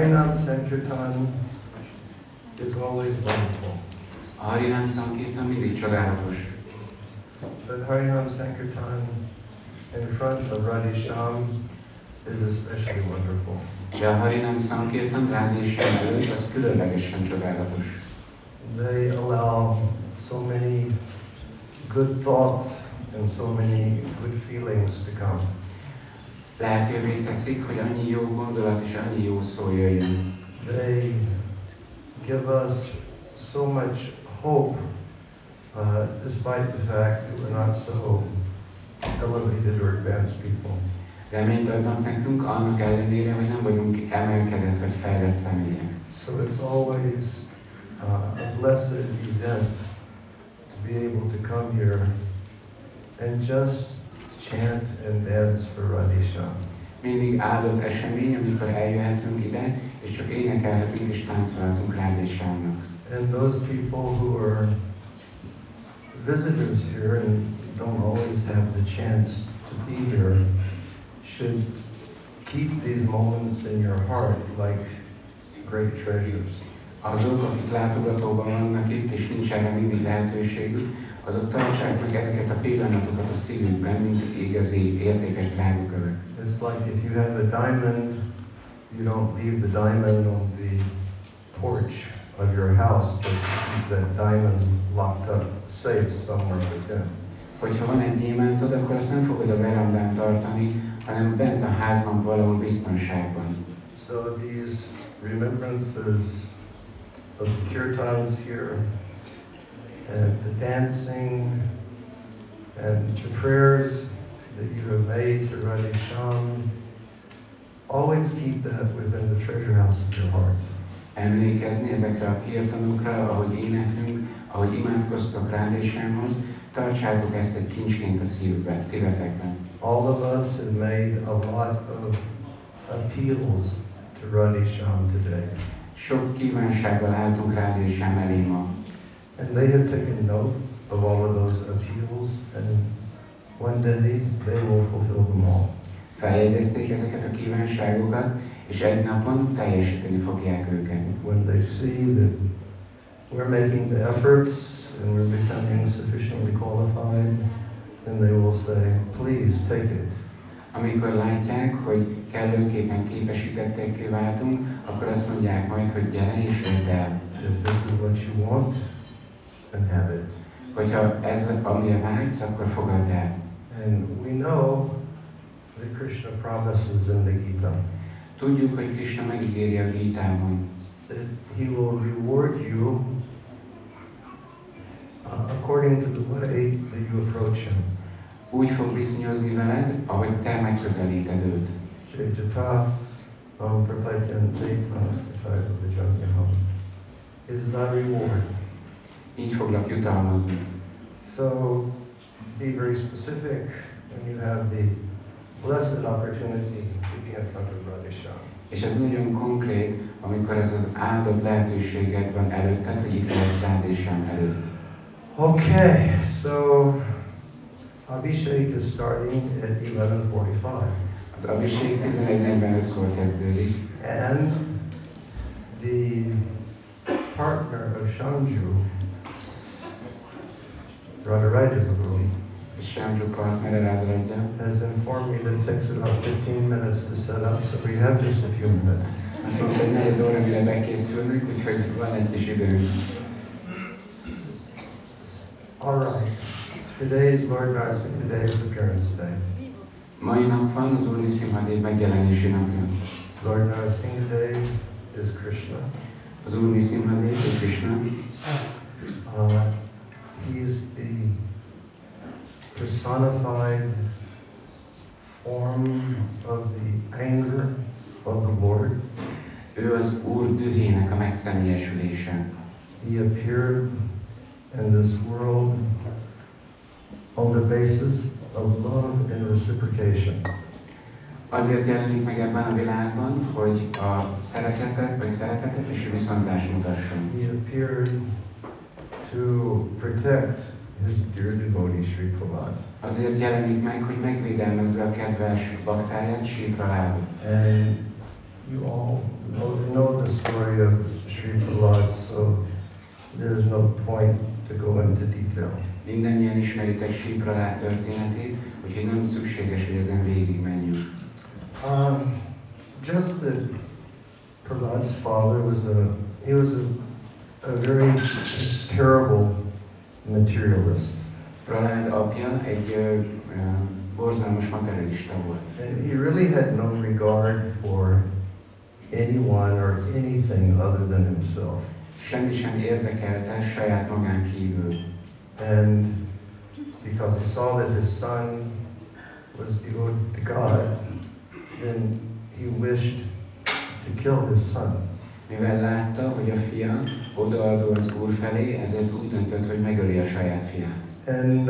Harinam Sankirtan is always wonderful. A Harinam Sankirtan mindig csodálatos. But Harinam Sankirtan in front of Radhesham is especially wonderful. De a Harinam Sankirtan Radhesham előtt az különlegesen csodálatos. They allow so many good thoughts and so many good feelings to come. Lehetővé teszik, hogy annyi jó gondolat és annyi jó szó jöjjön. They give us so much hope, despite the fact that we're not so elevated or advanced people. Reményt adnak nekünk, annak ellenére, hogy nem vagyunk emelkedett vagy fejlett személyek. So it's always a blessed event to be able to come here and just chant and dance for Radhesham. Mindig áldott esemény, amikor eljöhetünk ide, és csak énekelhetünk és táncolhatunk Radheshamnak. And those people who are visitors here and don't always have the chance to be here should keep these moments in your heart like great treasures. Azok, akik látogatóban vannak itt, és nincs erre mindig lehetőségük, azok tartsák meg ezeket a pillanatokat a szívükben, mint igazi, értékes drágakövek. It's like if you have a diamond, you don't leave the diamond on the porch of your house, but you keep that diamond locked up, safe somewhere within. Hogyha van egy gyémántod, akkor azt nem fogod a verandán tartani, hanem bent a házban valahol biztonságban. So these remembrances of the kirtans here, and the dancing, and the prayers that you have made to Radhesham, always keep that within the treasure house of your heart. Emlékezni ezekre a kirtanokra, ahogy éneklünk, ahogy imádkoztok Radheshamhoz, tartsátok ezt egy kincsként a szívetekben. All of us have made a lot of appeals to Radhesham today. Sok kívánsággal álltunk Radhesham elé ma. And they have taken note of all of those appeals, and one day they will fulfill them all. Feljegyezték ezeket a kívánságokat, és egy napon teljesíteni fogják őket. When they see that we're making the efforts and we're becoming sufficiently qualified, then they will say, please take it. Amikor látják, hogy kellőképpen képesítettekké váltunk, akkor azt mondják majd, hogy gyere és vedd el. If this is what you want, then have it. Hogyha ez, amire vágysz, akkor fogadd el. And we know that Krishna promises in the Gita Tudjuk, hogy Krishna megígéri a Gítában, that he will reward you according to the way that you approach him. úgy fog viszonyozni veled, ahogy te megközelíted őt. Jeta prapadyante tanasthatai vijanyaham is thy reward. Így foglak jutalmazni. So be very specific when you have the blessed opportunity to be in front of Radhesham. És ez nagyon konkrét, amikor ez az áldott lehetőséged van előtted, hogy itt lehetsz Radhesham előtt. Okay, so Abhishek is starting at 11:45. Az Abhishek 11:45-kor kezdődik, And the partner of Shanju, Radharaja Prabhu, és Shanju partnere Radharadja has informed me that it takes about 15 minutes to set up, so we have just a few minutes. azt mondta, hogy 4 óra mire bekészülnek, úgyhogy van egy kis időnk. All right. Today is Lord Narasimha Dev's appearance day. Mai nap van az Úr Nrsimhadev megjelenési napja. Lord Narasimha Dev is Krishna. Az Úr Nrsimhadev, ő Krishna. He's the personified form of the anger of the Lord. Ő az Úr dühének a megszemélyesülése. He appeared in this world on the basis of love and reciprocation. Azért jelenik meg ebben a világban, hogy a szeretetet és a viszonzást mutasson. He appeared to protect his dear devotee Sri Prahlad. Azért jelenik meg, hogy megvédelmezze a kedves baktáját, Sri Prahládot. And you all know the story of Sri Prahlad, so there's no point to go into detail. Mindannyian ismeritek Sri Prahlad történetét, úgyhogy nem szükséges, hogy ezen végig menjünk. Just that Prahlad's father was a very terrible materialist. Prahlad apja egy borzalmas materialista volt. And he really had no regard for anyone or anything other than himself. Semmi sem érdekelte saját magán kívül. And because he saw that his son was devoted to God, then he wished to kill his son. Mivel látta, hogy a fia odaadó az Úr felé, ezért úgy döntött, hogy megöli a saját fiát. And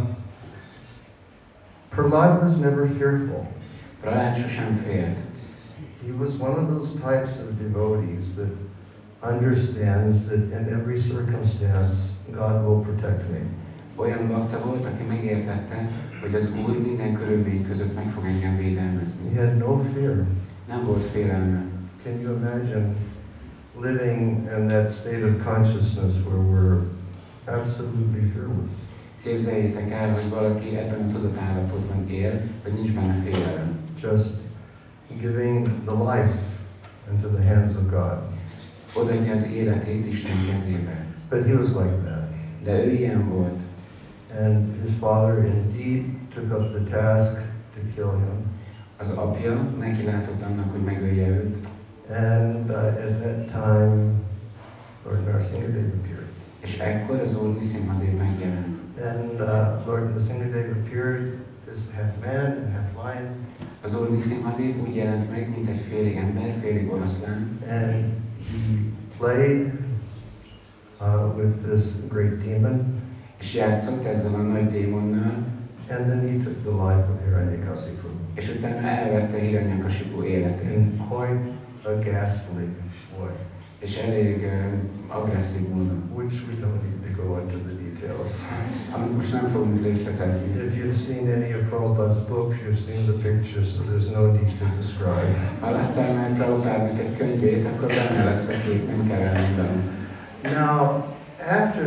Prahlad was never fearful. Prahlad sosem félt. He was one of those types of devotees that understands that in every circumstance God will protect me. Olyan bakta volt, aki megértette, hogy az Úr minden körülmény között meg fog engem védelmezni. He had no fear. Nem volt félelme. Can you imagine living in that state of consciousness where we're absolutely fearless? Képzeljétek el, hogy valaki ebben a tudatállapotban él, hogy nincs benne félelem. Just giving the life into the hands of God. Odaadja az életét Isten kezébe. But he was like that. De ő ilyen volt. And his father indeed took up the task to kill him. Az apja neki látott annak, hogy megölje őt. And at that time, Lord Narasimhadev appeared. És ekkor az Úr Nrsimhadev megjelent. And Lord Narasimhadev appeared as half man and half lion. Az Úr Nrsimhadev úgy jelent meg, mint egy félig ember, félig oroszlán. And he played with this great demon. És játszott ezzel a nagy démonnal. And then he took the life of Hiranyakasipu. És utána elvette Hiranyakasipu életét. In quite a ghastly way. És elég agresszív módon. Which we don't need to go into the details. Amit most nem fogunk részletezni. If you've seen any of Prabhupada's books, you've seen the pictures, so there's no need to describe. Ha láttál már Prabhupádnak egy könyvét, akkor benne lesz a kép, nem kell elmondanom. Now, after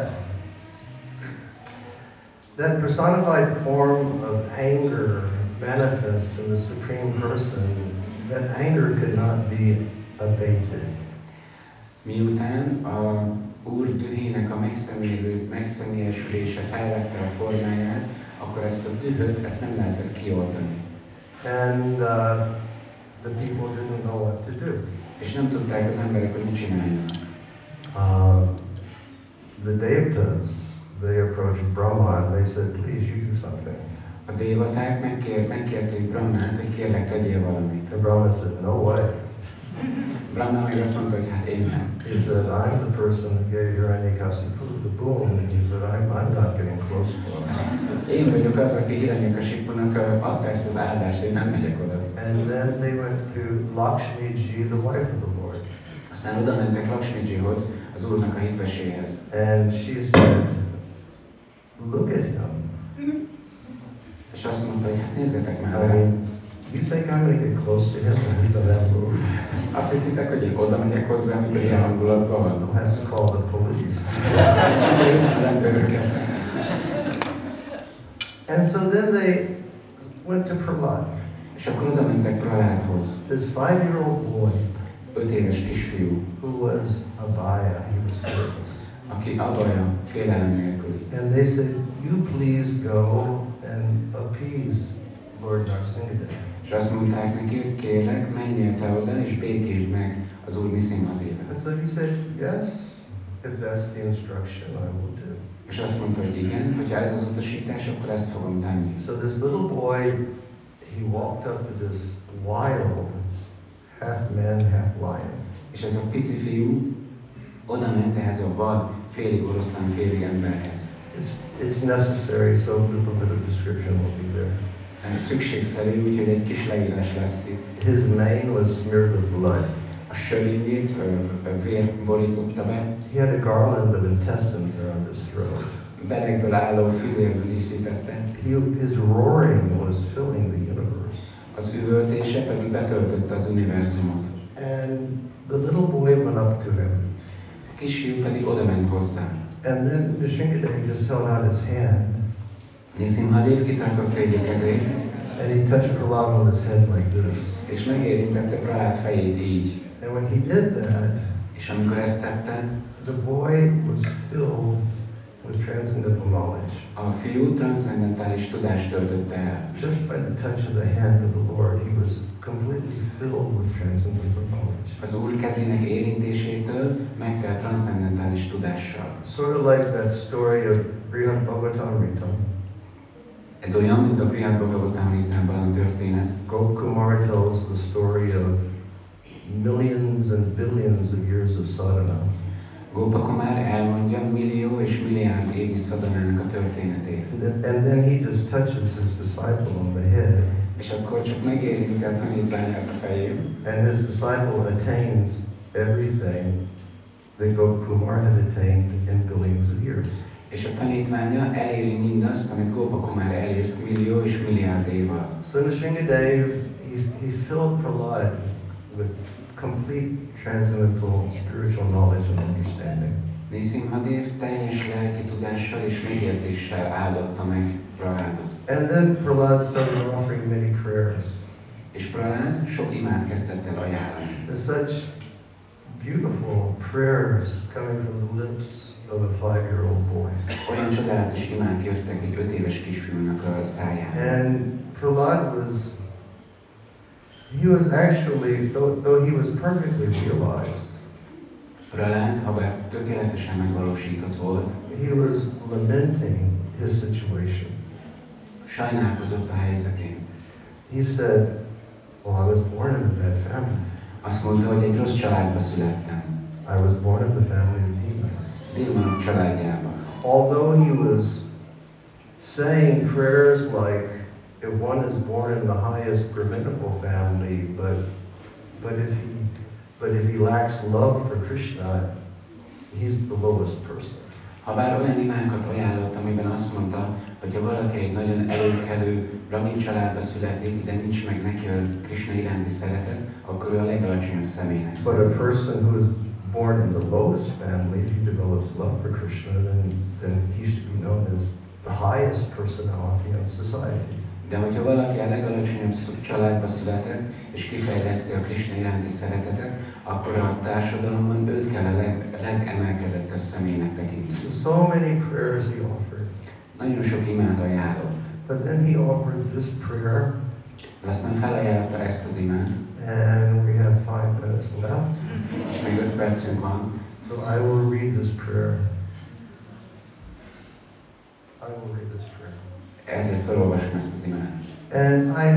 that personified form of anger manifests in the Supreme Person, that anger could not be abated. Miután a Úr dühének a megszemélyesülése felvette a formáját, akkor ezt a dühöt, ezt nem lehetett kioltani. And the people didn't know what to do. És nem tudták az emberek, hogy mit csináljanak. The Devtas, they approached Brahma and they said, please, you do something. A dévaták megkérték Brahmát, hogy kérlek, tegyél valamit. And Brahma said, no way. Brahma meg azt mondta, hogy hát én nem. He said, I'm the person who gave Hiranyakasipu the boon. And he said, I'm not getting close to him. Én vagyok az, aki Hiranyakasipunak adta ezt az áldást, én nem megyek oda. And then they went to Lakshmiji, the wife of the Lord. Aztán oda mentek Lakshmijihoz, az Úrnak a hitveséhez. And she said, look at him. És azt mondta, hogy hát nézzetek már I rá. mean, you think I'm going to get close to him when he's in that mood? Azt hiszitek, hogy én oda megyek hozzá, amikor ilyen hangulatban van? I'll have to call the police. Akkor hívnám a rendőröket. And so then they went to Prahlad. És akkor oda mentek Prahládhoz. This 5-year-old boy 5 éves kisfiú, who was abhaya, he was fearless. aki abbaja, félelem nélküli. And they said, you please go and appease Lord Narasimhadev. És azt mondták neki, hogy kérlek, menjél te oda, és békésd meg az Úr Nrsimhadevet. And so he said, yes, if that's the instruction, I will do. És azt mondta, hogy igen, hogyha ez az utasítás, akkor ezt fogom tenni. So this little boy, he walked up to this wild, half man, half lion. És ez a pici fiú oda ment ehhez a vad, félig oroszlán, félig emberhez. It's necessary, so a little bit of description will be there. Szükségszerű, úgyhogy egy kis leírás lesz itt. His mane was smeared with blood. A sörényét vért borította be. He had a garland of intestines around his throat. Belegből álló füzérből díszítette. His roaring was filling the universe. az üvöltése pedig betöltötte az univerzumot. And the little boy went up to him. A kisfiú pedig odament hozzá. And then Nishingadev just held out his hand. Nisimhadev kitartotta így a kezét, And he touched Prahlad on his head like this. és megérintette Prahlad fejét így. And when he did that, És amikor ezt tette, the boy was filled with transcendental knowledge. a fiú transzcendentális tudást töltötte el. Just by the touch of the hand of the Lord, he was completely filled with transcendental knowledge. Az Úr kezének érintésétől megtelt transzcendentális tudással. Sort of like that story of Brihad Bhagavatamritam. Ez olyan, mint a Brihad Bhagavatamritában a történet. Gopkumar tells the story of millions and billions of years of sadhana. Gopakumar elmondja millió és milliárd évnyi szadanának a történetét. And then he just touches his disciple on the head. És akkor csak megérinti a tanítványát a fején. And his disciple attains everything that Gopkumar had attained in billions of years. És a tanítványa eléri mindazt, amit Gopakumar elért millió és milliárd év alatt. So Nishingadev, he filled Prahlad with complete transcendental spiritual knowledge and understanding. Nisimhadev teljes lelki tudással és megértéssel áldotta meg Prahládot. And then Prahlad started offering many prayers. És Prahlád sok imát kezdett el ajánlani. And such beautiful prayers coming from the lips of a 5-year-old boy. Olyan csodálatos imák jöttek egy 5 éves kisfiúnak a szájából. And Prahlad he was actually, though he was perfectly realized, Prahlád, habár tökéletesen megvalósított volt, he was lamenting his situation. Sajnálkozott a helyzetén. He said, well, I was born in a bad family. Azt mondta, hogy egy rossz családba születtem. I was born in the family of demons. Démonok családjába. Although he was saying prayers like, if one is born in the highest brahminical family, but if he lacks love for Krishna, he's the lowest person. Habár olyan imákat ajánlott, amiben azt mondta, hogy ha valaki egy nagyon előkelő brahmin családba születik, de nincs meg neki a Krishna iránti szeretet, akkor ő a legalacsonyabb személynek But a számít. person who is born in the lowest family, if he develops love for Krishna, then he should be known as the highest personality in society. De hogyha valaki a legalacsonyabb családba született, és kifejleszti a Krishna iránti szeretetet, akkor a társadalomban őt kell a legemelkedettebb személynek tekinteni. So many prayers he offered. Nagyon sok imát ajánlott. But then he offered this prayer, De aztán felajánlotta ezt az imát, and we have 5 minutes left. és még 5 percünk van, So I will read this prayer. I will read this prayer. ezért felolvasom ezt az imát. And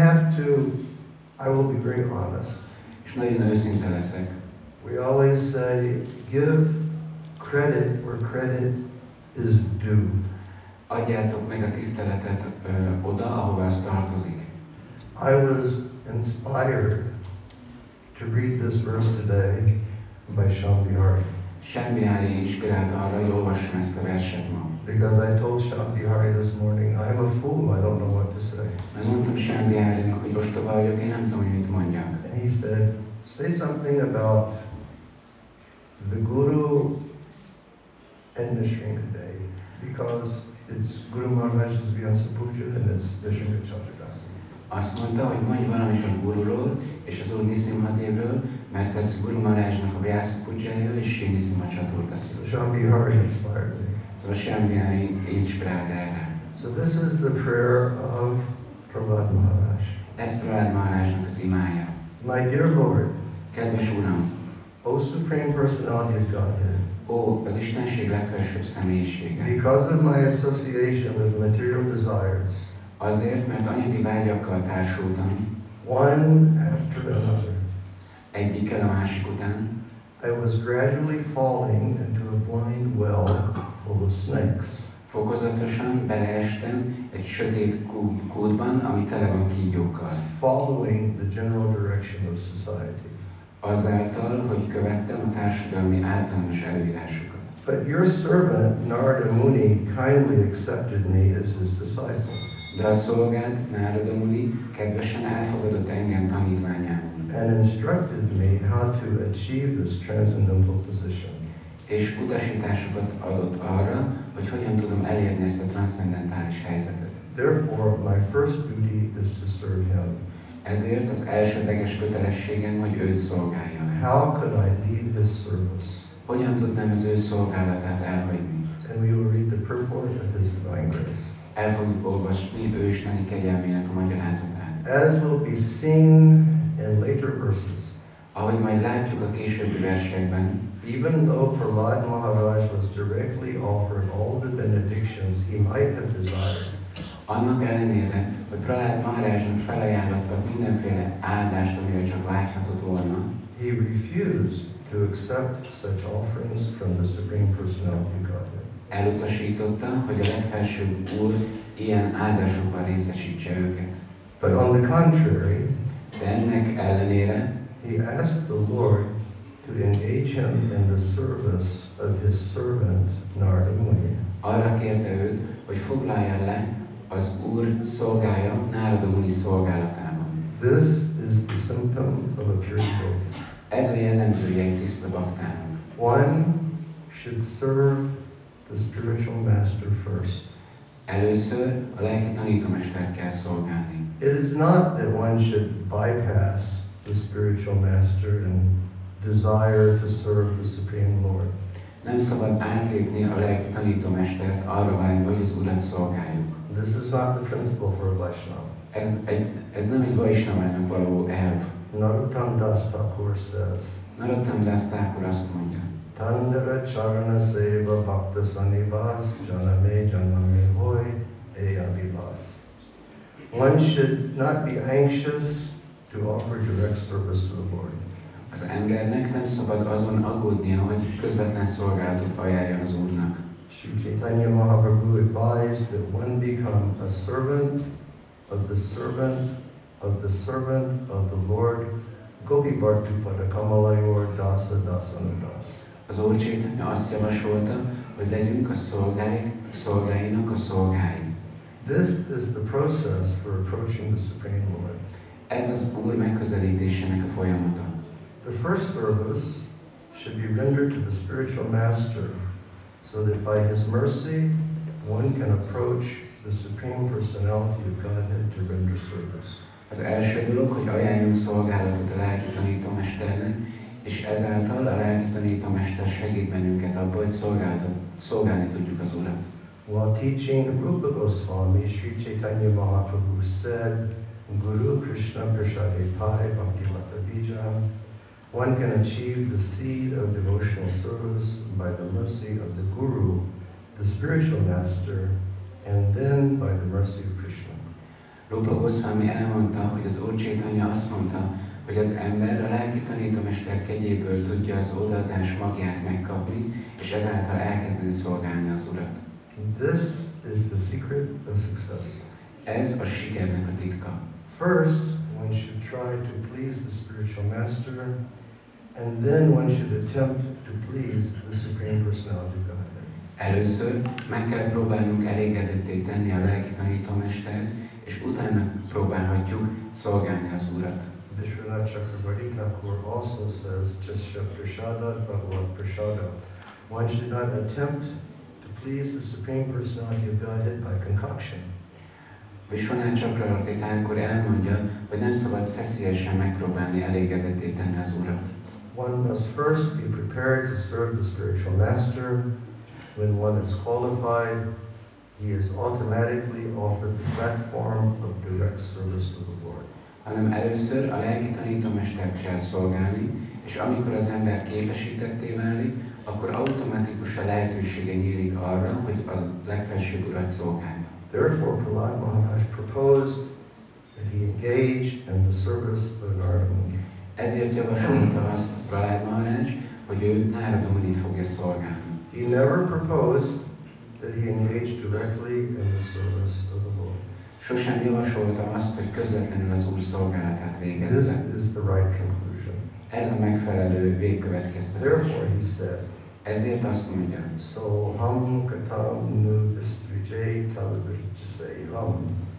I will be very honest. És nagyon őszinte leszek. We always say, give credit where credit is due. Adjátok meg a tiszteletet oda, ahova az tartozik. I was inspired to read this verse today by Shambhari. Shambhari inspirált arra, hogy olvassam ezt a verset ma. Because I told Shambhari this morning, I'm a fool, I don't know what to say. Mert mondtam Shambharinak, hogy ostoba vagyok, én nem tudom, hogy mit mondjak. And he said, say something about the Guru and Nisringadev, because it's Guru Maharaj's Vyasa Puja and it's Nisringa Chaturdasi. Azt mondta, hogy mondj valamit a Gururól és az Úr Nisimhadevről, mert ez Guru Maharajnak a Vyasa Pujája és Sri Nisima Chaturdasi. So Shambhari inspired me. Szóval Shambhari inspirált erre. So this is the prayer of Prahlad Maharaj. Ez Prahlad Maharajnak az imája. My dear Lord, Kedves Uram, O Supreme Personality of Godhead, ó, az Istenség legfelsőbb személyisége, because of my association with material desires, azért, mert anyagi vágyakkal társultam, one after another, egyikkel a másik után, I was gradually falling into a blind well full of snakes. fokozatosan beleestem egy sötét kútban, ami tele van kígyókkal. Following the general direction of society. Azáltal, hogy követtem a társadalmi általános előírásokat. But your servant Narada Muni kindly accepted me as his disciple. De a szolgád, Nárada Muni, kedvesen elfogadott engem tanítványául, and instructed me how to achieve this transcendental position. és utasításokat adott arra, hogy hogyan tudom elérni ezt a transzcendentális helyzetet. Therefore, my first duty is to serve him. Ezért az elsődleges kötelességem, hogy őt szolgáljam. How could I leave his service? Hogyan tudnám az ő szolgálatát elhagyni? And we will read the purport of his divine grace. El fogjuk olvasni ő isteni kegyelmének a magyarázatát. As will be seen in later verses, Ahogy majd látjuk a későbbi versekben, even though Prahlad Maharaj was directly offered all the benedictions he might have desired, annak ellenére, hogy Prahlad Maharajnak felajánlottak mindenféle áldást, amire csak vágyhatott volna, he refused to accept such offerings from the Supreme Personality of Godhead. elutasította, hogy a legfelsőbb Úr ilyen áldásokban részesítse őket. But on the contrary, De ennek ellenére he asked the Lord to engage him in the service of his servant Narada Muni. arra kérte őt, hogy foglalja le az Úr szolgája Nárada Muni szolgálatában. This is the symptom of a pure devotee. Ez a jellemzője egy tiszta baktának. One should serve the spiritual master first. Először a lelki tanítómestert kell szolgálni. It is not that one should bypass the spiritual master and desire to serve the Supreme Lord. Nem szabad átépni a lelki tanítómestert arra vágyva, hogy az Urat szolgáljuk. This is not the principle for a Vaishnava. Ez nem egy Vaisnavának való elv. Narottam Das Thakur says, Narottam Das Thakur azt mondja, Tandara charana seva bhakta sanivas janame janmami hoy eyavilas. One should not be anxious to offer direct service to the Lord. az embernek nem szabad azon aggódnia, hogy közvetlen szolgálatot ajánljon az Úrnak. Sri Chaitanya Mahaprabhu advised that one become a servant of the servant of the servant of the Lord Gopi Bhartu Padakamalayur Dasa Dasanudas. Az Úr Chaitanya azt javasolta, hogy legyünk a szolgáinak a szolgái. This is the process for approaching the Supreme Lord. Ez az Úr megközelítésének a folyamata. The first service should be rendered to the spiritual master so that by his mercy one can approach the Supreme Personality of Godhead to render service. Az első dolog, hogy ajánljunk szolgálatot a lelki tanítómesternek, és ezáltal a lelki tanítómester segít bennünket abba, hogy szolgálni tudjuk az Urat. While teaching Rupa Goswami, Sri Chaitanya Mahaprabhu said, Guru Krishna Prasade Pai Bhakti Lata Bija, one can achieve the seed of devotional service by the mercy of the Guru, the spiritual master, and then by the mercy of Krishna. Rupa Goswami elmondta, hogy az Úr Chaitanya azt mondta, hogy az ember a lelki tanítómester kegyéből tudja az odaadás magját megkapni, és ezáltal elkezdeni szolgálni az Urat. This is the secret of success. Ez a sikernek a titka. First, one should try to please the spiritual master, and then one should attempt to please the Supreme Personality of Godhead. Először meg kell próbálnunk elégedetté tenni a lelki tanítómestert, és utána próbálhatjuk szolgálni az Úrat. Vishwanath Chakravarti Thakur also says, Jasya Prasadat Bhagavat Prasada. One should not attempt to please the Supreme Personality of Godhead by concoction. Vishwanath Chakravarti Thakur elmondja, hogy nem szabad szeszélyesen megpróbálni elégedetté tenni az Urat. One must first be prepared to serve the spiritual master. When one is qualified, he is automatically offered the platform of direct service to the Lord. Hanem először a lelki tanítómestert kell szolgálni, és amikor az ember képesítetté válik, akkor automatikusan lehetősége nyílik arra, hogy a legfelsőbb Urat szolgálja. Therefore, Prahlad Maharaj proposed that he engage in the service of Narada Muni. Ezért javasolta azt Prahlad Maharaj, hogy ő Nárada Munit fogja szolgálni. He never proposed that he engage directly in the service of the Lord. Sosem javasolta azt, hogy közvetlenül az Úr szolgálatát This végezze. is the right conclusion. Ez a megfelelő végkövetkeztetés. Therefore, he said, Ezért azt mondja, So ham katam nu vistrijay talvirjaseham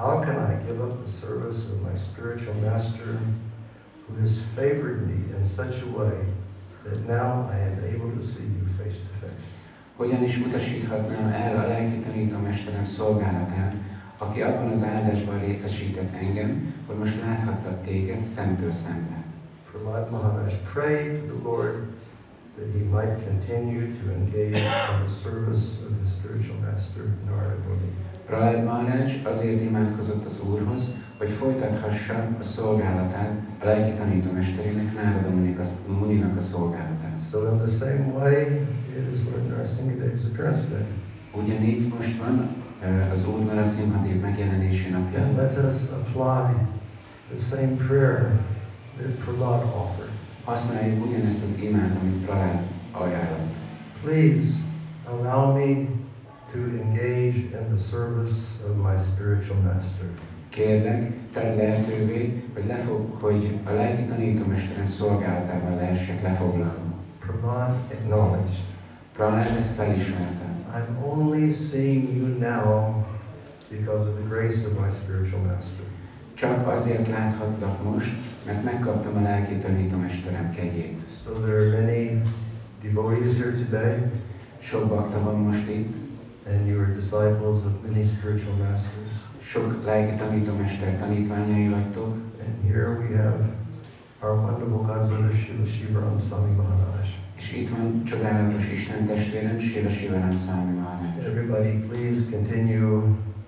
How can I give up the service of my spiritual master who has favored me in such a way that now I am able to see you face to face? Hogyan is utasíthatnám el a lelki tanítómesterem szolgálatát, aki abban az áldásban részesített engem, hogy most láthatlak téged szemtől szembe. Prahlad Maharaj prayed to the Lord that he might continue to engage in the service of his spiritual master, Narada Muni. Prahlad Maharaj azért imádkozott az Úrhoz, hogy folytathassa a szolgálatát a lelki tanítómesterének, Narada Muninak a szolgálatát. So in the same way, it is Lord Narasimha's appearance day. Ugyanígy most van az Úr Narasimhadev megjelenési napja. And let us apply the same prayer that Prahlad offered. Használjuk ugyanezt az imát, amit Prahlad ajánlott. Please allow me to engage in the service of my spiritual master. Kérlek, tedd lehetővé, hogy a lelki tanítómesterem szolgálatában lehessek lefoglalva. Prahlad acknowledged. Prahlad ezt felismerte. I'm only seeing you now because of the grace of my spiritual master. Csak azért láthatlak most, mert megkaptam a lelki tanítómesterem kegyét. So there are many devotees here today. Sok bakta van most itt. And you are disciples of many spiritual masters. Sok lelki tanítómester tanítványai vagytok. And here we have our wonderful godbrother Srila Shivaram Swami Maharaj. És itt van csodálatos Isten testvérem, Srila Shivaram Swami Maharaj. Everybody please continue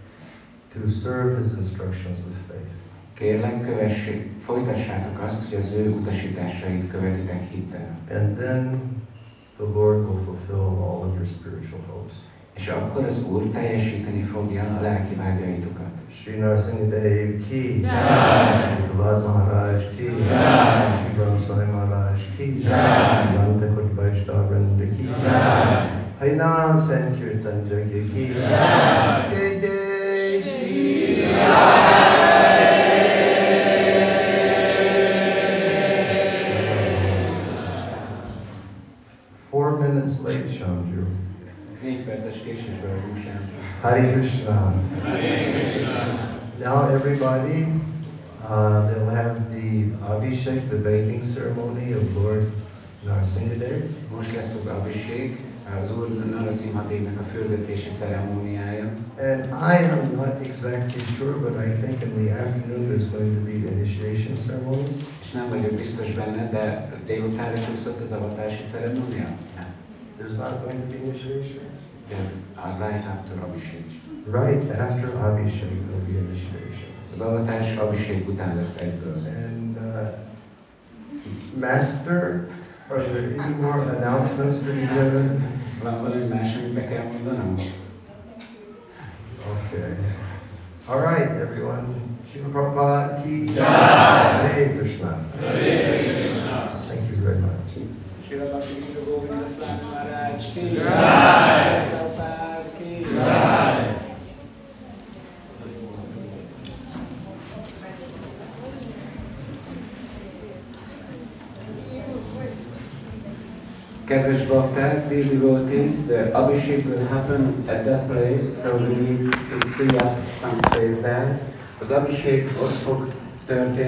to serve his instructions with faith. Kérlek, folytassátok azt, hogy az ő utasításait követitek hittel. And then the Lord will fulfill all of your spiritual hopes. És akkor az Úr teljesíteni fogja a lelki vágyaitokat. Shri Narasimhadev ki jai, Shri Prahlad Maharaj ki jai, Shri Ram Swami Maharaj ki jai, Ananta Koti Vaishnava Vrinda ki jai, Harinam Sankirtan Yagya ki jai, Jai Jai Shri Ram. 4 minutes late, Shamju. 4 perces késésben vagyunk, Shamju. Hare Krishna. Hare Krishna. Now everybody, they'll have the Abhishek, the bathing ceremony of Lord Narasimhadev. Most lesz az Abhishek, az Úr Narasimhadevnek a fürdetési ceremóniája. And I am not exactly sure, but I think in the afternoon there's going to be initiation ceremony. És nem vagyok biztos benne, de délutánra csúszott az avatási ceremónia? Nem. There's not going to be initiation? Right after Abhishek. Right after Abhishek there'll be initiation. Az avatás Abhishek után lesz egyből. And Master, are there any more announcements to be given? Van valami más, amit be kell mondanom? Okay. All right, everyone. Srila Prabhupada ki jai. Hare Krishna. Hare Krishna. Thank you very much. Srila Bhaktivinoda Govinda Swami Maharaj ki jai. Prabhupada ki jai. Kedves bakták, dear devotees, the Abhishek will happen at that place, so we need to free up some space there. Az Abhishek ott fog történni.